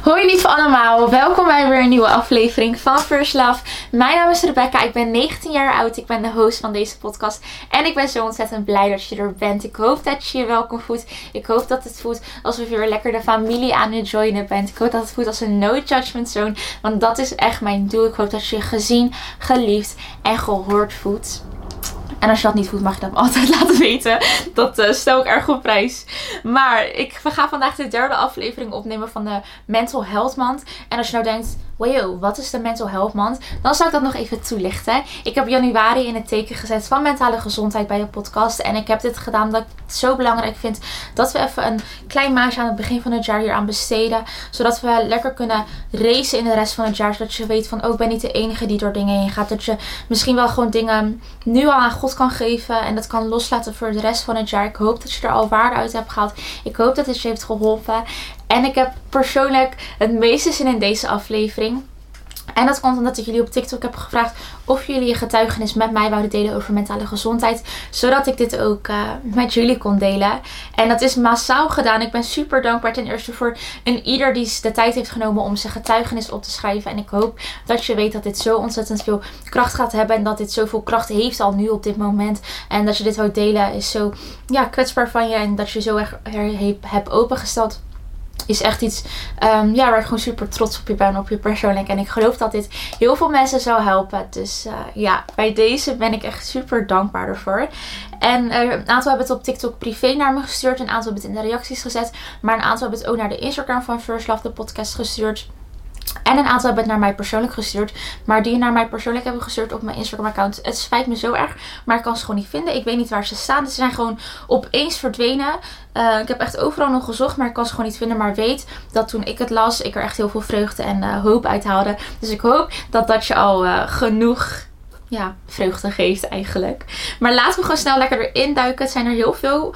Hoi lieve allemaal, welkom bij weer een nieuwe aflevering van First Love. Mijn naam is Rebecca, ik ben 19 jaar oud, ik ben de host van deze podcast. En ik ben zo ontzettend blij dat je er bent. Ik hoop dat je je welkom voelt. Ik hoop dat het voelt alsof je weer lekker de familie aan het joinen bent. Ik hoop dat het voelt als een no judgment zone, want dat is echt mijn doel. Ik hoop dat je je gezien, geliefd en gehoord voelt. En als je dat niet voelt, mag je dat me altijd laten weten. Dat stel ik erg op prijs. Maar we gaan vandaag de derde aflevering opnemen van de Mental Health Month. En als je nou denkt, wow, wat is de Mental Health Month? Dan zal ik dat nog even toelichten. Ik heb januari in het teken gezet van mentale gezondheid bij de podcast. En ik heb dit gedaan omdat ik het zo belangrijk vind dat we even een klein maandje aan het begin van het jaar hier aan besteden. Zodat we lekker kunnen racen in de rest van het jaar. Zodat je weet van, oh, ik ben niet de enige die door dingen heen gaat. Dat je misschien wel gewoon dingen nu al aan God kan geven en dat kan loslaten voor de rest van het jaar. Ik hoop dat je er al waarde uit hebt gehaald. Ik hoop dat het je heeft geholpen. En ik heb persoonlijk het meeste zin in deze aflevering. En dat komt omdat ik jullie op TikTok heb gevraagd of jullie je getuigenis met mij wouden delen over mentale gezondheid. Zodat ik dit ook met jullie kon delen. En dat is massaal gedaan. Ik ben super dankbaar ten eerste voor ieder die de tijd heeft genomen om zijn getuigenis op te schrijven. En ik hoop dat je weet dat dit zo ontzettend veel kracht gaat hebben. En dat dit zoveel kracht heeft al nu op dit moment. En dat je dit wou delen is zo kwetsbaar van je. En dat je zo erg hebt opengesteld. Is echt iets waar ik gewoon super trots op je ben, op je persoonlijk. En ik geloof dat dit heel veel mensen zou helpen. Dus bij deze ben ik echt super dankbaar ervoor. En een aantal hebben het op TikTok privé naar me gestuurd. Een aantal hebben het in de reacties gezet. Maar een aantal hebben het ook naar de Instagram van First Love, de podcast, gestuurd. En een aantal hebben het naar mij persoonlijk gestuurd. Maar die naar mij persoonlijk hebben gestuurd op mijn Instagram account. Het spijt me zo erg. Maar ik kan ze gewoon niet vinden. Ik weet niet waar ze staan. Ze zijn gewoon opeens verdwenen. Ik heb echt overal nog gezocht. Maar ik kan ze gewoon niet vinden. Maar weet dat toen ik het las, ik er echt heel veel vreugde en hoop uit haalde. Dus ik hoop dat je al genoeg vreugde geeft eigenlijk. Maar laten we gewoon snel lekker erin duiken. Het zijn er heel veel.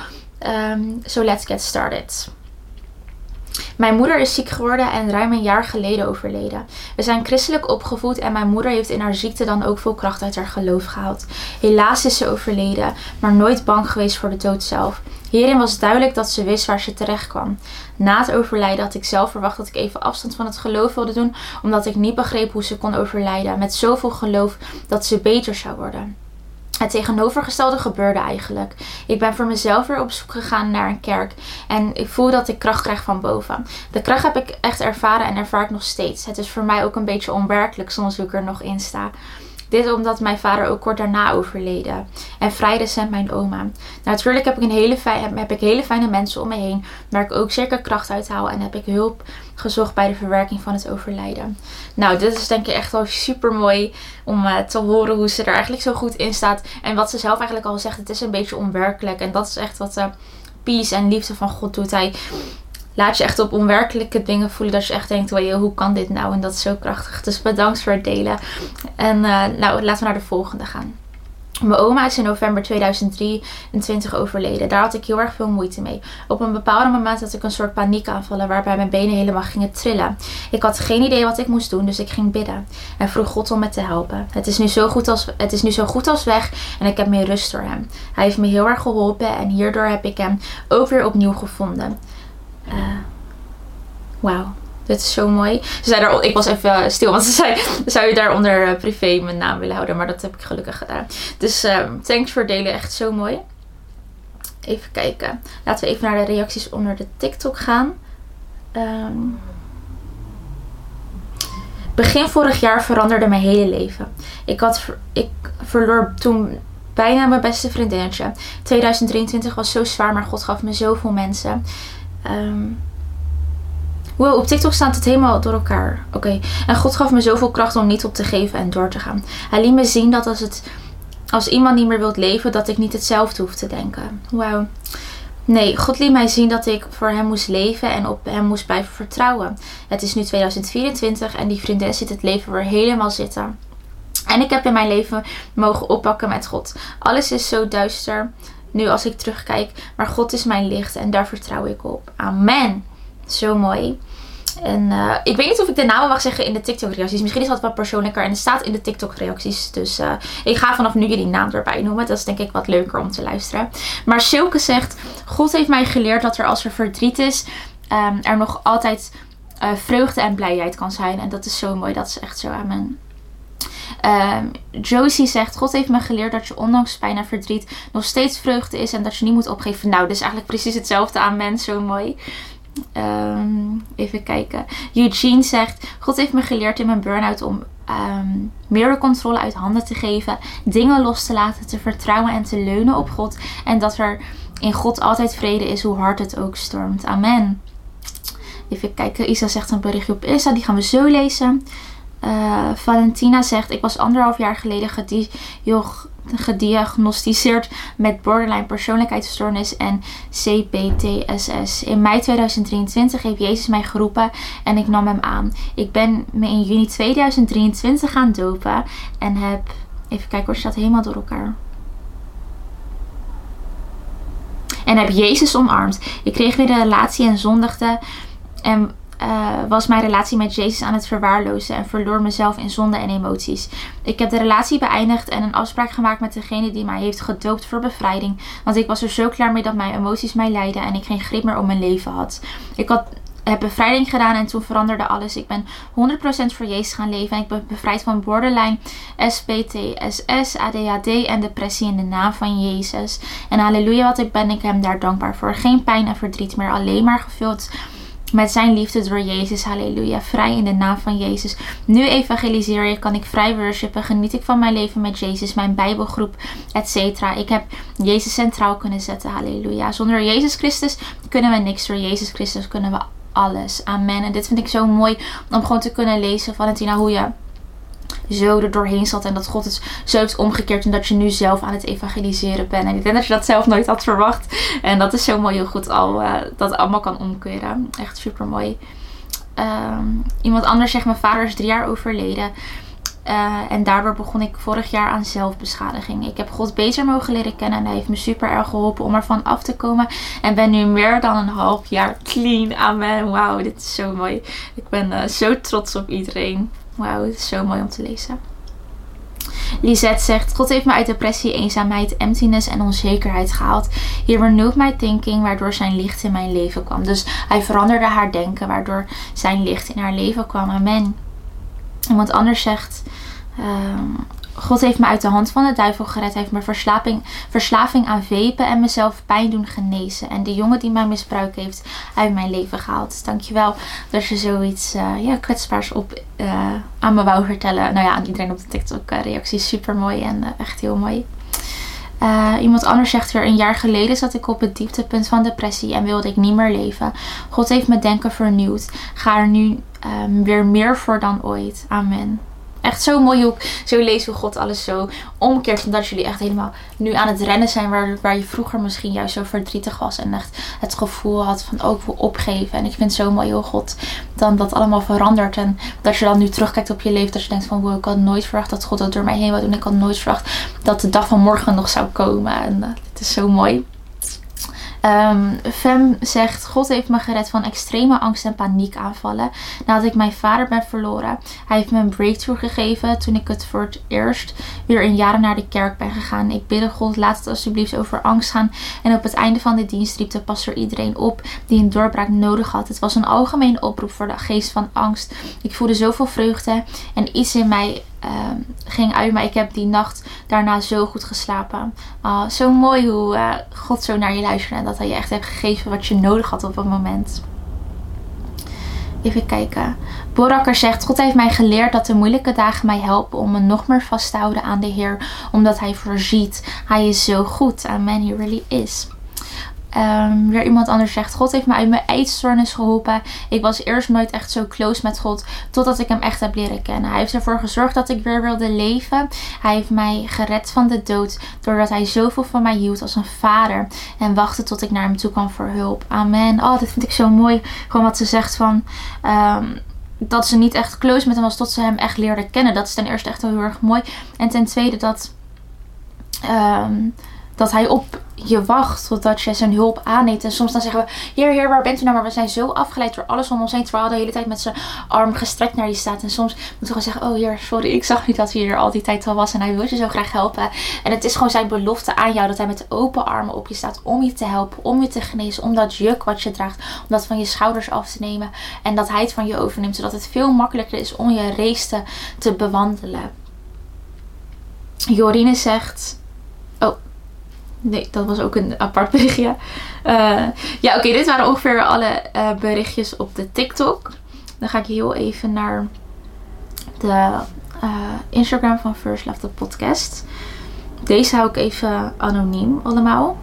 So let's get started. Mijn moeder is ziek geworden en ruim een jaar geleden overleden. We zijn christelijk opgevoed en mijn moeder heeft in haar ziekte dan ook veel kracht uit haar geloof gehaald. Helaas is ze overleden, maar nooit bang geweest voor de dood zelf. Hierin was duidelijk dat ze wist waar ze terecht kwam. Na het overlijden had ik zelf verwacht dat ik even afstand van het geloof wilde doen, omdat ik niet begreep hoe ze kon overlijden met zoveel geloof dat ze beter zou worden. Het tegenovergestelde gebeurde eigenlijk. Ik ben voor mezelf weer op zoek gegaan naar een kerk. En ik voel dat ik kracht krijg van boven. De kracht heb ik echt ervaren en ervaar ik nog steeds. Het is voor mij ook een beetje onwerkelijk soms hoe ik er nog in sta. Dit omdat mijn vader ook kort daarna overleden. En vrij recent mijn oma. Natuurlijk heb ik hele fijne mensen om me heen. Waar ik ook zeker kracht uit haal. En heb ik hulp gezocht bij de verwerking van het overlijden. Nou, dit is denk ik echt wel super mooi om te horen hoe ze er eigenlijk zo goed in staat. En wat ze zelf eigenlijk al zegt, het is een beetje onwerkelijk. En dat is echt wat peace en liefde van God doet. Hij laat je echt op onwerkelijke dingen voelen. Dat je echt denkt, wow, hoe kan dit nou? En dat is zo krachtig. Dus bedankt voor het delen. En laten we naar de volgende gaan. Mijn oma is in november 2023 overleden. Daar had ik heel erg veel moeite mee. Op een bepaald moment had ik een soort paniekaanvallen waarbij mijn benen helemaal gingen trillen. Ik had geen idee wat ik moest doen, dus ik ging bidden. En vroeg God om me te helpen. Het is nu zo goed als weg en ik heb meer rust door hem. Hij heeft me heel erg geholpen en hierdoor heb ik hem ook weer opnieuw gevonden. Wauw. Dit is zo mooi. Ze zei daar, ik was even stil, want ze zei, zou je daaronder privé mijn naam willen houden? Maar dat heb ik gelukkig gedaan. Dus thanks voor het delen. Echt zo mooi. Even kijken. Laten we even naar de reacties onder de TikTok gaan. Begin vorig jaar veranderde mijn hele leven. Ik verloor toen bijna mijn beste vriendinnetje. 2023 was zo zwaar, maar God gaf me zoveel mensen. Wow, op TikTok staat het helemaal door elkaar. Oké. En God gaf me zoveel kracht om niet op te geven en door te gaan. Hij liet me zien dat als iemand niet meer wilt leven, dat ik niet hetzelfde hoef te denken. Wauw. Nee, God liet mij zien dat ik voor hem moest leven en op hem moest blijven vertrouwen. Het is nu 2024 en die vriendin ziet het leven weer helemaal zitten. En ik heb in mijn leven mogen oppakken met God. Alles is zo duister nu als ik terugkijk, maar God is mijn licht en daar vertrouw ik op. Amen. Zo mooi. En ik weet niet of ik de namen mag zeggen in de TikTok reacties. Misschien is dat wat persoonlijker en het staat in de TikTok reacties. Dus ik ga vanaf nu jullie naam erbij noemen. Dat is denk ik wat leuker om te luisteren. Maar Silke zegt, God heeft mij geleerd dat als er verdriet is, er nog altijd vreugde en blijheid kan zijn. En dat is zo mooi. Dat is echt zo. Amen. Josie zegt, God heeft me geleerd dat je ondanks pijn en verdriet nog steeds vreugde is en dat je niet moet opgeven. Nou, dus eigenlijk precies hetzelfde. Amen. Zo mooi. Even kijken. Eugene zegt, God heeft me geleerd in mijn burn-out om meer de controle uit handen te geven, dingen los te laten, te vertrouwen en te leunen op God. En dat er in God altijd vrede is, hoe hard het ook stormt. Amen. Even kijken. Isa zegt een berichtje op Isa. Die gaan we zo lezen. Valentina zegt, ik was 1,5 jaar geleden gediagnosticeerd met borderline persoonlijkheidsstoornis en CPTSS. In mei 2023 heeft Jezus mij geroepen en ik nam hem aan. Ik ben me in juni 2023 gaan dopen en heb... Even kijken, hoor, staat helemaal door elkaar. En heb Jezus omarmd. Ik kreeg weer een relatie en zondigde en was mijn relatie met Jezus aan het verwaarlozen en verloor mezelf in zonde en emoties. Ik heb de relatie beëindigd en een afspraak gemaakt met degene die mij heeft gedoopt voor bevrijding. Want ik was er zo klaar mee dat mijn emoties mij leidden en ik geen grip meer op mijn leven had. Ik heb bevrijding gedaan en toen veranderde alles. Ik ben 100% voor Jezus gaan leven en ik ben bevrijd van borderline, SPTSS, ADHD en depressie in de naam van Jezus. En halleluja, wat ik ben hem daar dankbaar voor. Geen pijn en verdriet meer, alleen maar gevuld met zijn liefde door Jezus. Halleluja. Vrij in de naam van Jezus. Nu evangeliseer ik, kan ik vrij worshipen. Geniet ik van mijn leven met Jezus. Mijn bijbelgroep, etc. Ik heb Jezus centraal kunnen zetten. Halleluja. Zonder Jezus Christus kunnen we niks. Door Jezus Christus kunnen we alles. Amen. En dit vind ik zo mooi om gewoon te kunnen lezen, Valentina, hoe je zo er doorheen zat en dat God het zo heeft omgekeerd en dat je nu zelf aan het evangeliseren bent. En ik denk dat je dat zelf nooit had verwacht. En dat is zo mooi hoe goed dat allemaal kan omkeren. Echt super mooi. Iemand anders zegt, mijn vader is 3 jaar overleden. En daardoor begon ik vorig jaar aan zelfbeschadiging. Ik heb God beter mogen leren kennen en hij heeft me super erg geholpen om ervan af te komen. En ben nu meer dan 1,5 jaar clean. Amen. Wauw, dit is zo mooi. Ik ben zo trots op iedereen. Wauw, dit is zo mooi om te lezen. Lisette zegt, God heeft me uit depressie, eenzaamheid, emptiness en onzekerheid gehaald. He renewed my thinking, waardoor zijn licht in mijn leven kwam. Dus hij veranderde haar denken, waardoor zijn licht in haar leven kwam. Amen. Iemand anders zegt, God heeft me uit de hand van de duivel gered. Hij heeft me verslaving aan vapen en mezelf pijn doen genezen. En de jongen die mij misbruikt heeft uit mijn leven gehaald. Dus dankjewel dat je zoiets kwetsbaars aan me wou vertellen. Nou ja, aan iedereen op de TikTok reacties. Super mooi en echt heel mooi. Iemand anders zegt weer, 1 jaar geleden zat ik op het dieptepunt van depressie en wilde ik niet meer leven. God heeft mijn denken vernieuwd. Ga er nu weer meer voor dan ooit. Amen. Echt zo mooi hoe ik zo lees hoe God alles zo omkeert. En dat jullie echt helemaal nu aan het rennen zijn. Waar je vroeger misschien juist zo verdrietig was. En echt het gevoel had van ook wil opgeven. En ik vind het zo mooi hoe God dan dat allemaal verandert. En dat je dan nu terugkijkt op je leven. Dat je denkt van wow, ik had nooit verwacht dat God dat door mij heen wou doen. Ik had nooit verwacht dat de dag van morgen nog zou komen. En het is zo mooi. Fem zegt, God heeft me gered van extreme angst en paniekaanvallen nadat ik mijn vader ben verloren. Hij heeft me een breakthrough gegeven toen ik het voor het eerst weer in jaren naar de kerk ben gegaan. Ik bidde God, laat het alsjeblieft over angst gaan. En op het einde van de dienst riep de pastor iedereen op die een doorbraak nodig had. Het was een algemeen oproep voor de geest van angst. Ik voelde zoveel vreugde en iets in mij ging uit, maar ik heb die nacht daarna zo goed geslapen. Zo mooi hoe God zo naar je luistert en dat hij je echt heeft gegeven wat je nodig had op dat moment. Even kijken. Borakker zegt, God heeft mij geleerd dat de moeilijke dagen mij helpen om me nog meer vast te houden aan de Heer, omdat hij voorziet. Hij is zo goed. Amen, he really is. Weer iemand anders zegt, God heeft me uit mijn eetstoornis geholpen. Ik was eerst nooit echt zo close met God, totdat ik hem echt heb leren kennen. Hij heeft ervoor gezorgd dat ik weer wilde leven. Hij heeft mij gered van de dood, doordat hij zoveel van mij hield als een vader. En wachtte tot ik naar hem toe kwam voor hulp. Amen. Dit vind ik zo mooi. Gewoon wat ze zegt van dat ze niet echt close met hem was, tot ze hem echt leerde kennen. Dat is ten eerste echt wel heel erg mooi. En ten tweede dat dat hij op je wacht totdat je zijn hulp aanneemt. En soms dan zeggen we, Heer, waar bent u nou? Maar we zijn zo afgeleid door alles om ons heen, terwijl hij de hele tijd met zijn arm gestrekt naar je staat. En soms moeten we gewoon zeggen, oh Heer, sorry, ik zag niet dat hij er al die tijd al was. En hij wil je zo graag helpen. En het is gewoon zijn belofte aan jou, dat hij met open armen op je staat om je te helpen, om je te genezen, om dat juk wat je draagt, om dat van je schouders af te nemen. En dat hij het van je overneemt, zodat het veel makkelijker is om je race te bewandelen. Jorine zegt, oh, nee, dat was ook een apart berichtje. Ja, oké, dit waren ongeveer alle berichtjes op de TikTok. Dan ga ik heel even naar de Instagram van First Love, de podcast. Deze hou ik even anoniem allemaal.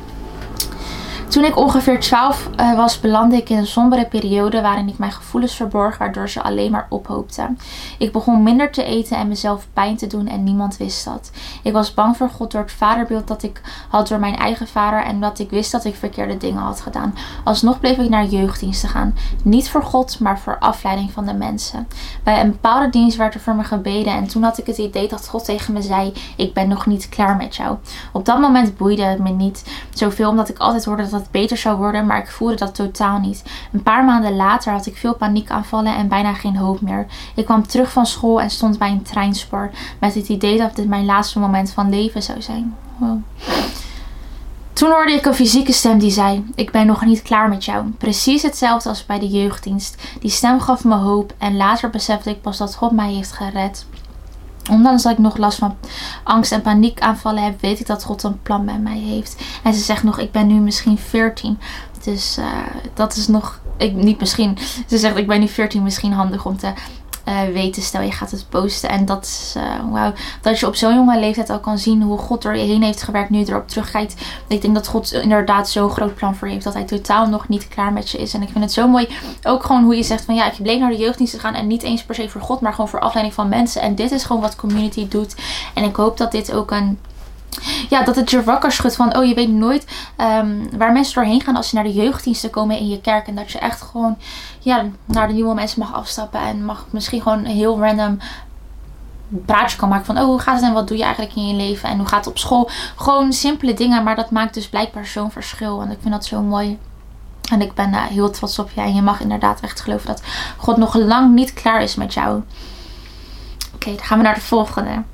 Toen ik ongeveer 12 was, belandde ik in een sombere periode waarin ik mijn gevoelens verborg, waardoor ze alleen maar ophoopten. Ik begon minder te eten en mezelf pijn te doen en niemand wist dat. Ik was bang voor God door het vaderbeeld dat ik had door mijn eigen vader en dat ik wist dat ik verkeerde dingen had gedaan. Alsnog bleef ik naar jeugddiensten gaan. Niet voor God, maar voor afleiding van de mensen. Bij een bepaalde dienst werd er voor me gebeden en toen had ik het idee dat God tegen me zei, ik ben nog niet klaar met jou. Op dat moment boeide het me niet zoveel, omdat ik altijd hoorde dat het beter zou worden, maar ik voelde dat totaal niet. Een paar maanden later had ik veel paniekaanvallen en bijna geen hoop meer. Ik kwam terug van school en stond bij een treinspoor met het idee dat dit mijn laatste moment van leven zou zijn. Wow. Toen hoorde ik een fysieke stem die zei, ik ben nog niet klaar met jou. Precies hetzelfde als bij de jeugddienst. Die stem gaf me hoop en later besefte ik pas dat God mij heeft gered. Ondanks dat ik nog last van angst en paniekaanvallen heb, weet ik dat God een plan met mij heeft. En ze zegt nog, ik ben nu misschien 14. Dus dat is nog, niet misschien. Ze zegt, ik ben nu 14, misschien handig om te weten. Stel je gaat het posten. En dat is, wauw, dat je op zo'n jonge leeftijd al kan zien hoe God door je heen heeft gewerkt. Nu je erop terugkijkt. Ik denk dat God inderdaad zo'n groot plan voor je heeft. Dat hij totaal nog niet klaar met je is. En ik vind het zo mooi. Ook gewoon hoe je zegt van ja, ik bleef naar de jeugddienst te gaan. En niet eens per se voor God, maar gewoon voor afleiding van mensen. En dit is gewoon wat community doet. En ik hoop dat dit ook dat het je wakker schudt van, oh, je weet nooit waar mensen doorheen gaan als ze naar de jeugddiensten komen in je kerk. En dat je echt gewoon naar de nieuwe mensen mag afstappen. En mag misschien gewoon een heel random praatje kan maken van, oh, hoe gaat het en wat doe je eigenlijk in je leven? En hoe gaat het op school? Gewoon simpele dingen, maar dat maakt dus blijkbaar zo'n verschil. En ik vind dat zo mooi. En ik ben heel trots op je. En je mag inderdaad echt geloven dat God nog lang niet klaar is met jou. Oké, dan gaan we naar de volgende.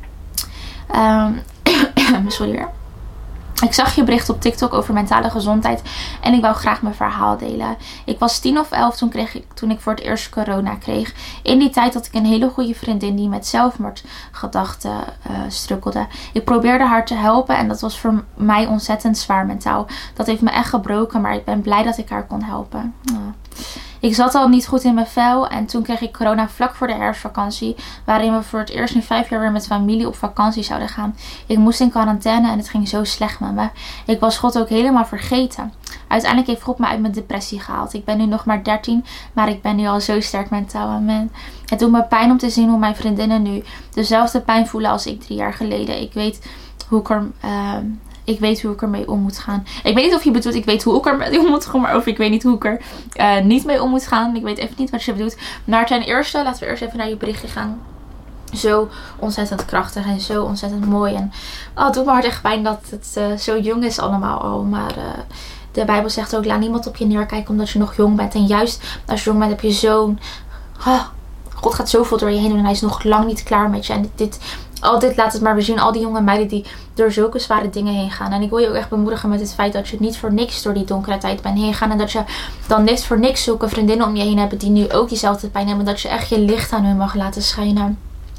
Sorry weer. Ik zag je bericht op TikTok over mentale gezondheid en ik wou graag mijn verhaal delen. Ik was 10 of 11 toen ik voor het eerst corona kreeg. In die tijd had ik een hele goede vriendin die met zelfmoordgedachten strukkelde. Ik probeerde haar te helpen en dat was voor mij ontzettend zwaar mentaal. Dat heeft me echt gebroken, maar ik ben blij dat ik haar kon helpen. Oh. Ik zat al niet goed in mijn vel en toen kreeg ik corona vlak voor de herfstvakantie, waarin we voor het eerst in 5 jaar weer met familie op vakantie zouden gaan. Ik moest in quarantaine en het ging zo slecht met me. Ik was God ook helemaal vergeten. Uiteindelijk heeft God me uit mijn depressie gehaald. Ik ben nu nog maar 13, maar ik ben nu al zo sterk mentaal. Amen. Het doet me pijn om te zien hoe mijn vriendinnen nu dezelfde pijn voelen als ik 3 jaar geleden. Ik weet hoe ik ermee om moet gaan. Ik weet niet of je bedoelt, ik weet hoe ik ermee om moet gaan. Maar of ik weet niet hoe ik er niet mee om moet gaan. Ik weet even niet wat je bedoelt. Maar ten eerste, laten we eerst even naar je berichtje gaan. Zo ontzettend krachtig en zo ontzettend mooi. En het doet me hard echt pijn dat het zo jong is allemaal al. Maar de Bijbel zegt ook, laat niemand op je neerkijken omdat je nog jong bent. En juist als je jong bent heb je zo'n... God gaat zoveel door je heen doen en hij is nog lang niet klaar met je. En dit laat het maar weer zien. Al die jonge meiden die door zulke zware dingen heen gaan. En ik wil je ook echt bemoedigen met het feit dat je niet voor niks door die donkere tijd bent heen gaan. En dat je dan niet voor niks zulke vriendinnen om je heen hebt die nu ook diezelfde pijn hebben. Dat je echt je licht aan hun mag laten schijnen.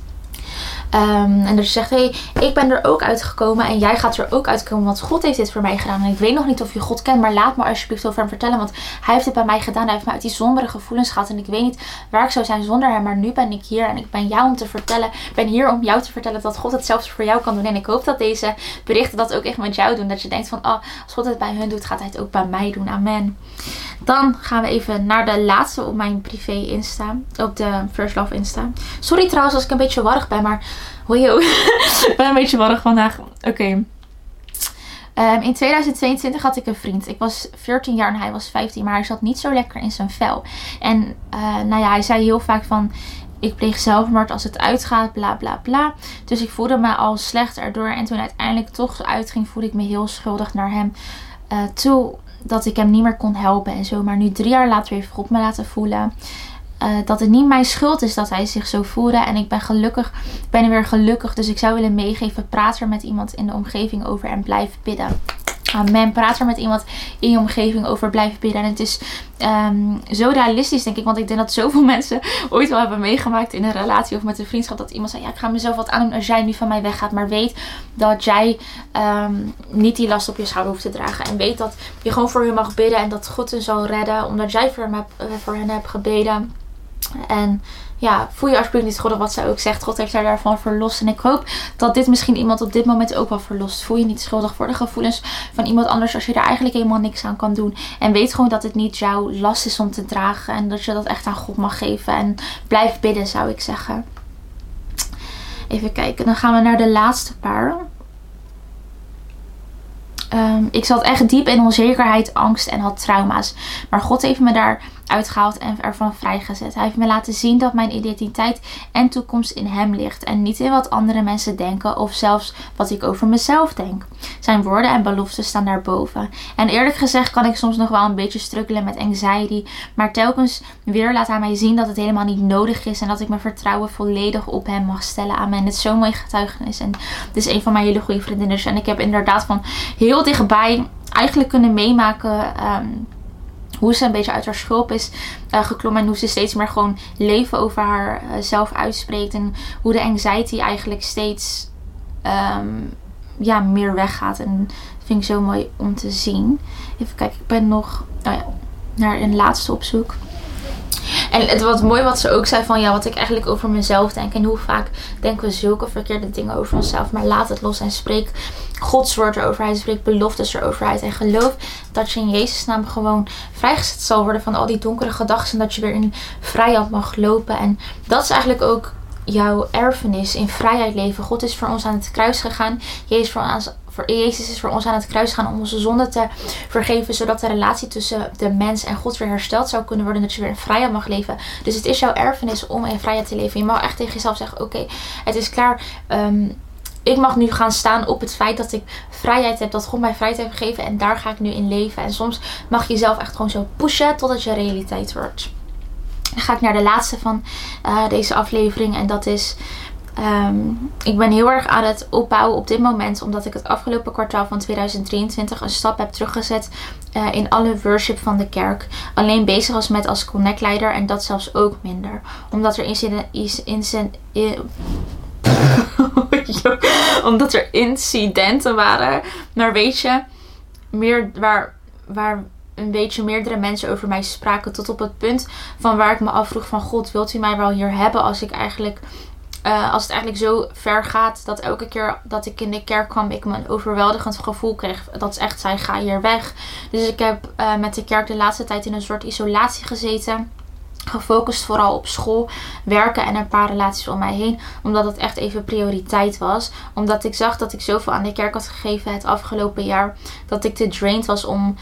En dat je zegt, hey, ik ben er ook uitgekomen en jij gaat er ook uitkomen, want God heeft dit voor mij gedaan. En ik weet nog niet of je God kent, maar laat me alsjeblieft over hem vertellen, want hij heeft het bij mij gedaan. Hij heeft me uit die sombere gevoelens gehad en ik weet niet waar ik zou zijn zonder hem, maar nu ben ik hier en ik ben jou om te vertellen. Ik ben hier om jou te vertellen dat God hetzelfde voor jou kan doen. En ik hoop dat deze berichten dat ook echt met jou doen. Dat je denkt van, als God het bij hun doet, gaat hij het ook bij mij doen. Amen. Dan gaan we even naar de laatste op mijn privé Insta. Op de First Love Insta. Sorry trouwens als ik een beetje warrig ben, maar... ik ben een beetje warrig vandaag. Oké. In 2022 had ik een vriend. Ik was 14 jaar en hij was 15. Maar hij zat niet zo lekker in zijn vel. En hij zei heel vaak van... ik pleeg zelfmoord als het uitgaat, bla bla bla. Dus ik voelde me al slecht erdoor. En toen uiteindelijk toch uitging, voelde ik me heel schuldig naar hem toe. Dat ik hem niet meer kon helpen en zo. Maar nu 3 jaar later heeft God me laten voelen dat het niet mijn schuld is dat hij zich zo voelde. En ik ben gelukkig, ben weer gelukkig. Dus ik zou willen meegeven, praat er met iemand in de omgeving over en blijf bidden. Amen. Praat er met iemand in je omgeving over, blijf bidden. En het is zo realistisch, denk ik. Want ik denk dat zoveel mensen ooit wel hebben meegemaakt in een relatie of met een vriendschap. Dat iemand zei, ja, ik ga mezelf wat aandoen als jij nu van mij weggaat. Maar weet dat jij niet die last op je schouder hoeft te dragen. En weet dat je gewoon voor hun mag bidden. En dat God hen zal redden. Omdat jij voor hen hebt gebeden. En ja, voel je alsjeblieft niet schuldig wat zij ook zegt. God heeft haar daarvan verlost. En ik hoop dat dit misschien iemand op dit moment ook wel verlost. Voel je niet schuldig voor de gevoelens van iemand anders als je daar eigenlijk helemaal niks aan kan doen. En weet gewoon dat het niet jouw last is om te dragen. En dat je dat echt aan God mag geven. En blijf bidden, zou ik zeggen. Even kijken, dan gaan we naar de laatste paar. Ik zat echt diep in onzekerheid, angst en had trauma's. Maar God heeft me daar uitgehaald en ervan vrijgezet. Hij heeft me laten zien dat mijn identiteit en toekomst in hem ligt. En niet in wat andere mensen denken of zelfs wat ik over mezelf denk. Zijn woorden en beloften staan daarboven. En eerlijk gezegd kan ik soms nog wel een beetje struggelen met anxiety. Maar telkens weer laat hij mij zien dat het helemaal niet nodig is. En dat ik mijn vertrouwen volledig op hem mag stellen. Amen. Het is zo'n mooi getuigenis. En dit is een van mijn hele goede vriendinnen. En ik heb inderdaad van heel dichtbij eigenlijk kunnen meemaken hoe ze een beetje uit haar schulp is geklommen. En hoe ze steeds meer gewoon leven over haar zelf uitspreekt. En hoe de anxiety eigenlijk steeds meer weggaat. En dat vind ik zo mooi om te zien. Even kijken, ik ben nog naar een laatste op zoek. En het was mooi wat ze ook zei van wat ik eigenlijk over mezelf denk. En hoe vaak denken we zulke verkeerde dingen over onszelf. Maar laat het los en spreek Gods woord erover. Hij spreekt beloftes erover uit. En geloof dat je in Jezus' naam gewoon vrijgezet zal worden van al die donkere gedachten. En dat je weer in vrijheid mag lopen. En dat is eigenlijk ook jouw erfenis, in vrijheid leven. God is voor ons aan het kruis gegaan. Jezus is voor ons aan het kruis gegaan om onze zonden te vergeven. Zodat de relatie tussen de mens en God weer hersteld zou kunnen worden. Dat je weer in vrijheid mag leven. Dus het is jouw erfenis om in vrijheid te leven. Je mag echt tegen jezelf zeggen, oké, het is klaar. Ik mag nu gaan staan op het feit dat ik vrijheid heb. Dat God mij vrijheid heeft gegeven. En daar ga ik nu in leven. En soms mag je jezelf echt gewoon zo pushen totdat je realiteit wordt. Dan ga ik naar de laatste van deze aflevering. En dat is ik ben heel erg aan het opbouwen op dit moment. Omdat ik het afgelopen kwartaal van 2023 een stap heb teruggezet in alle worship van de kerk. Alleen bezig was met als connectleider. En dat zelfs ook minder. Omdat er omdat er incidenten waren. Maar weet je, waar een beetje meerdere mensen over mij spraken. Tot op het punt van waar ik me afvroeg van God, wilt u mij wel hier hebben als het eigenlijk zo ver gaat dat elke keer dat ik in de kerk kwam ik me een overweldigend gevoel kreeg. Dat is echt, zij ga hier weg. Dus ik heb met de kerk de laatste tijd in een soort isolatie gezeten. Gefocust vooral op school, werken en een paar relaties om mij heen. Omdat het echt even prioriteit was. Omdat ik zag dat ik zoveel aan de kerk had gegeven het afgelopen jaar. Dat ik te drained was om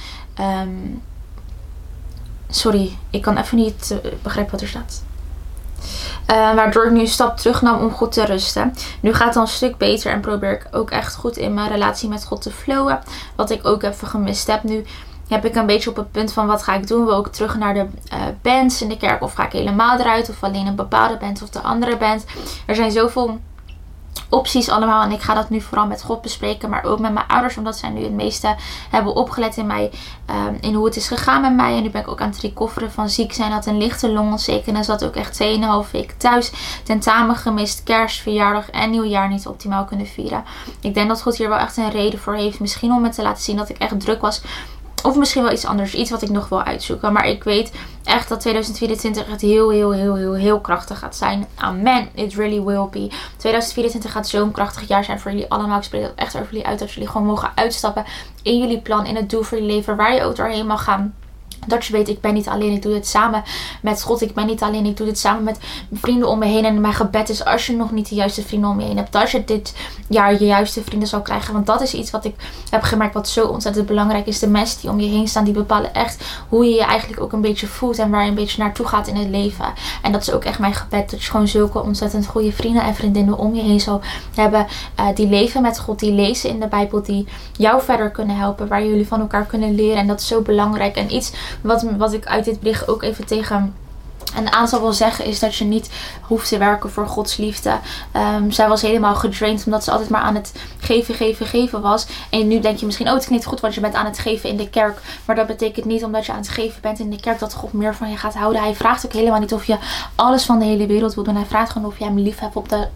sorry, ik kan even niet begrijpen wat er staat. Waardoor ik nu een stap terug nam om goed te rusten. Nu gaat het al een stuk beter en probeer ik ook echt goed in mijn relatie met God te flowen. Wat ik ook even gemist heb. Nu heb ik een beetje op het punt van wat ga ik doen. Wil ik terug naar de bands in de kerk of ga ik helemaal eruit. Of alleen een bepaalde band of de andere band. Er zijn zoveel opties allemaal. En ik ga dat nu vooral met God bespreken. Maar ook met mijn ouders. Omdat zij nu het meeste hebben opgelet in mij. In hoe het is gegaan met mij. En nu ben ik ook aan het recoveren van ziek zijn. Had een lichte longontsteking. En zat ook echt 2,5 weken thuis. Tentamen gemist. Kerst, verjaardag en nieuwjaar niet optimaal kunnen vieren. Ik denk dat God hier wel echt een reden voor heeft. Misschien om me te laten zien dat ik echt druk was. Of misschien wel iets anders. Iets wat ik nog wil uitzoeken. Maar ik weet echt dat 2024 het heel krachtig gaat zijn. Amen. It really will be. 2024 gaat zo'n krachtig jaar zijn voor jullie allemaal. Ik spreek dat echt over jullie uit. Dat jullie gewoon mogen uitstappen in jullie plan. In het doel voor je leven. Waar je ook doorheen mag gaan. Dat je weet, ik ben niet alleen. Ik doe het samen met God. Ik ben niet alleen. Ik doe dit samen met mijn vrienden om me heen. En mijn gebed is, als je nog niet de juiste vrienden om je heen hebt, dat je dit jaar je juiste vrienden zal krijgen. Want dat is iets wat ik heb gemerkt wat zo ontzettend belangrijk is. De mensen die om je heen staan, die bepalen echt hoe je je eigenlijk ook een beetje voelt. En waar je een beetje naartoe gaat in het leven. En dat is ook echt mijn gebed. Dat je gewoon zulke ontzettend goede vrienden en vriendinnen om je heen zal hebben. Die leven met God. Die lezen in de Bijbel. Die jou verder kunnen helpen. Waar jullie van elkaar kunnen leren. En dat is zo belangrijk. En iets wat ik uit dit bericht ook even tegen een aantal wil zeggen, is dat je niet hoeft te werken voor Gods liefde. Zij was helemaal gedraind omdat ze altijd maar aan het geven was. En nu denk je misschien, het klinkt goed, want je bent aan het geven in de kerk. Maar dat betekent niet omdat je aan het geven bent in de kerk dat God meer van je gaat houden. Hij vraagt ook helemaal niet of je alles van de hele wereld wil doen. Hij vraagt gewoon of je hem lief hebt,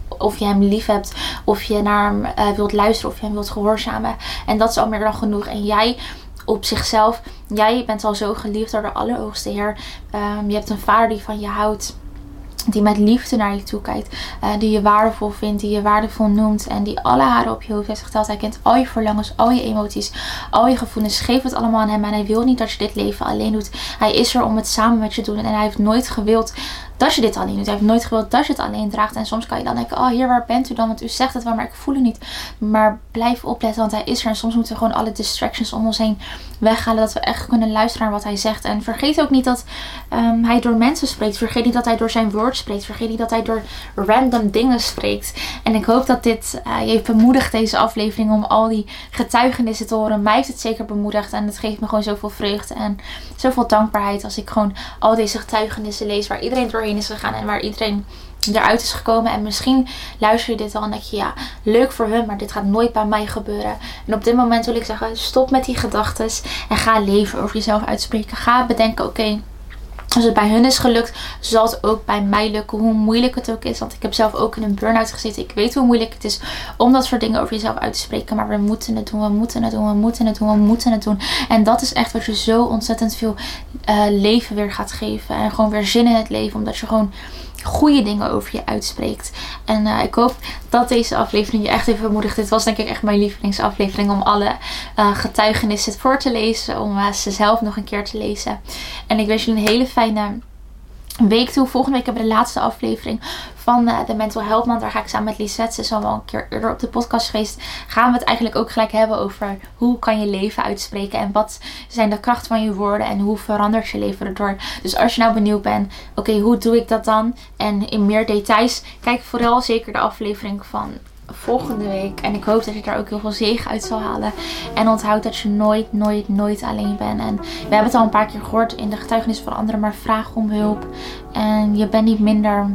of je naar hem wilt luisteren, of je hem wilt gehoorzamen. En dat is al meer dan genoeg. En jij op zichzelf, jij bent al zo geliefd door de Allerhoogste Heer. Je hebt een Vader die van je houdt. Die met liefde naar je toe kijkt. Die je waardevol vindt. Die je waardevol noemt. En die alle haren op je hoofd heeft geteld. Hij kent al je verlangens. Al je emoties. Al je gevoelens. Geef het allemaal aan hem. En hij wil niet dat je dit leven alleen doet. Hij is er om het samen met je te doen. En hij heeft nooit gewild dat je dit alleen doet. Hij heeft nooit gewild dat je het alleen draagt. En soms kan je dan denken, Heer, waar bent u dan? Want u zegt het wel, maar ik voel het niet. Maar blijf opletten, want hij is er. En soms moeten we gewoon alle distractions om ons heen weghalen. Dat we echt kunnen luisteren naar wat hij zegt. En vergeet ook niet dat hij door mensen spreekt. Vergeet niet dat hij door zijn woord spreekt. Vergeet niet dat hij door random dingen spreekt. En ik hoop dat dit je heeft bemoedigd, deze aflevering, om al die getuigenissen te horen. Mij heeft het zeker bemoedigd. En het geeft me gewoon zoveel vreugde en zoveel dankbaarheid als ik gewoon al deze getuigenissen lees waar iedereen doorheen is gegaan en waar iedereen eruit is gekomen. En misschien luister je dit al en denk je, leuk voor hun, maar dit gaat nooit bij mij gebeuren. En op dit moment wil ik zeggen, stop met die gedachten en ga leven over jezelf uitspreken. Ga bedenken, oké, als het bij hun is gelukt, zal het ook bij mij lukken. Hoe moeilijk het ook is. Want ik heb zelf ook in een burn-out gezeten. Ik weet hoe moeilijk het is om dat soort dingen over jezelf uit te spreken. Maar we moeten het doen. We moeten het doen. We moeten het doen. We moeten het doen. En dat is echt wat je zo ontzettend veel leven weer gaat geven. En gewoon weer zin in het leven. Omdat je gewoon goede dingen over je uitspreekt. En ik hoop dat deze aflevering je echt even bemoedigt. Dit was denk ik echt mijn lievelingsaflevering om alle getuigenissen voor te lezen. Om ze zelf nog een keer te lezen. En ik wens jullie een hele fijne week toe. Volgende week hebben we de laatste aflevering van de Mental Health Month. Daar ga ik samen met Lisette, ze is al wel een keer eerder op de podcast geweest, gaan we het eigenlijk ook gelijk hebben over hoe kan je leven uitspreken en wat zijn de krachten van je woorden en hoe verandert je leven erdoor. Dus als je nou benieuwd bent, oké, hoe doe ik dat dan? En in meer details, kijk vooral zeker de aflevering van volgende week. En ik hoop dat je daar ook heel veel zegen uit zal halen. En onthoud dat je nooit alleen bent. En we hebben het al een paar keer gehoord in de getuigenissen van anderen, maar vraag om hulp. En je bent niet minder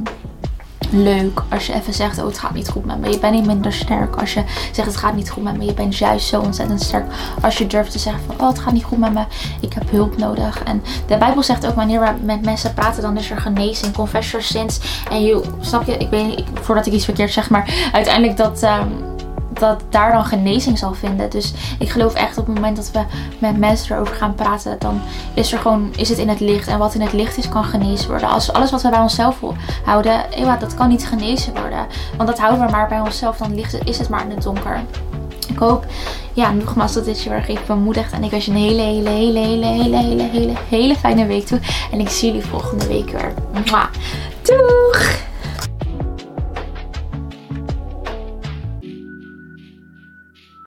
leuk als je even zegt, het gaat niet goed met me. Je bent niet minder sterk als je zegt, het gaat niet goed met me. Je bent juist zo ontzettend sterk als je durft te zeggen van, het gaat niet goed met me. Ik heb hulp nodig. En de Bijbel zegt ook, wanneer we met mensen praten, dan is er genezing. Confess your sins. En snap je, ik weet niet, voordat ik iets verkeerd zeg, maar uiteindelijk dat daar dan genezing zal vinden. Dus ik geloof echt op het moment dat we met mensen erover gaan praten, dan is het in het licht. En wat in het licht is, kan genezen worden. Als alles wat we bij onszelf houden, dat kan niet genezen worden. Want dat houden we maar bij onszelf, dan is het maar in het donker. Ik hoop, nogmaals, dat dit je weer even bemoedigt. En ik wens je een hele fijne week toe. En ik zie jullie volgende week weer. Mwah. Doei!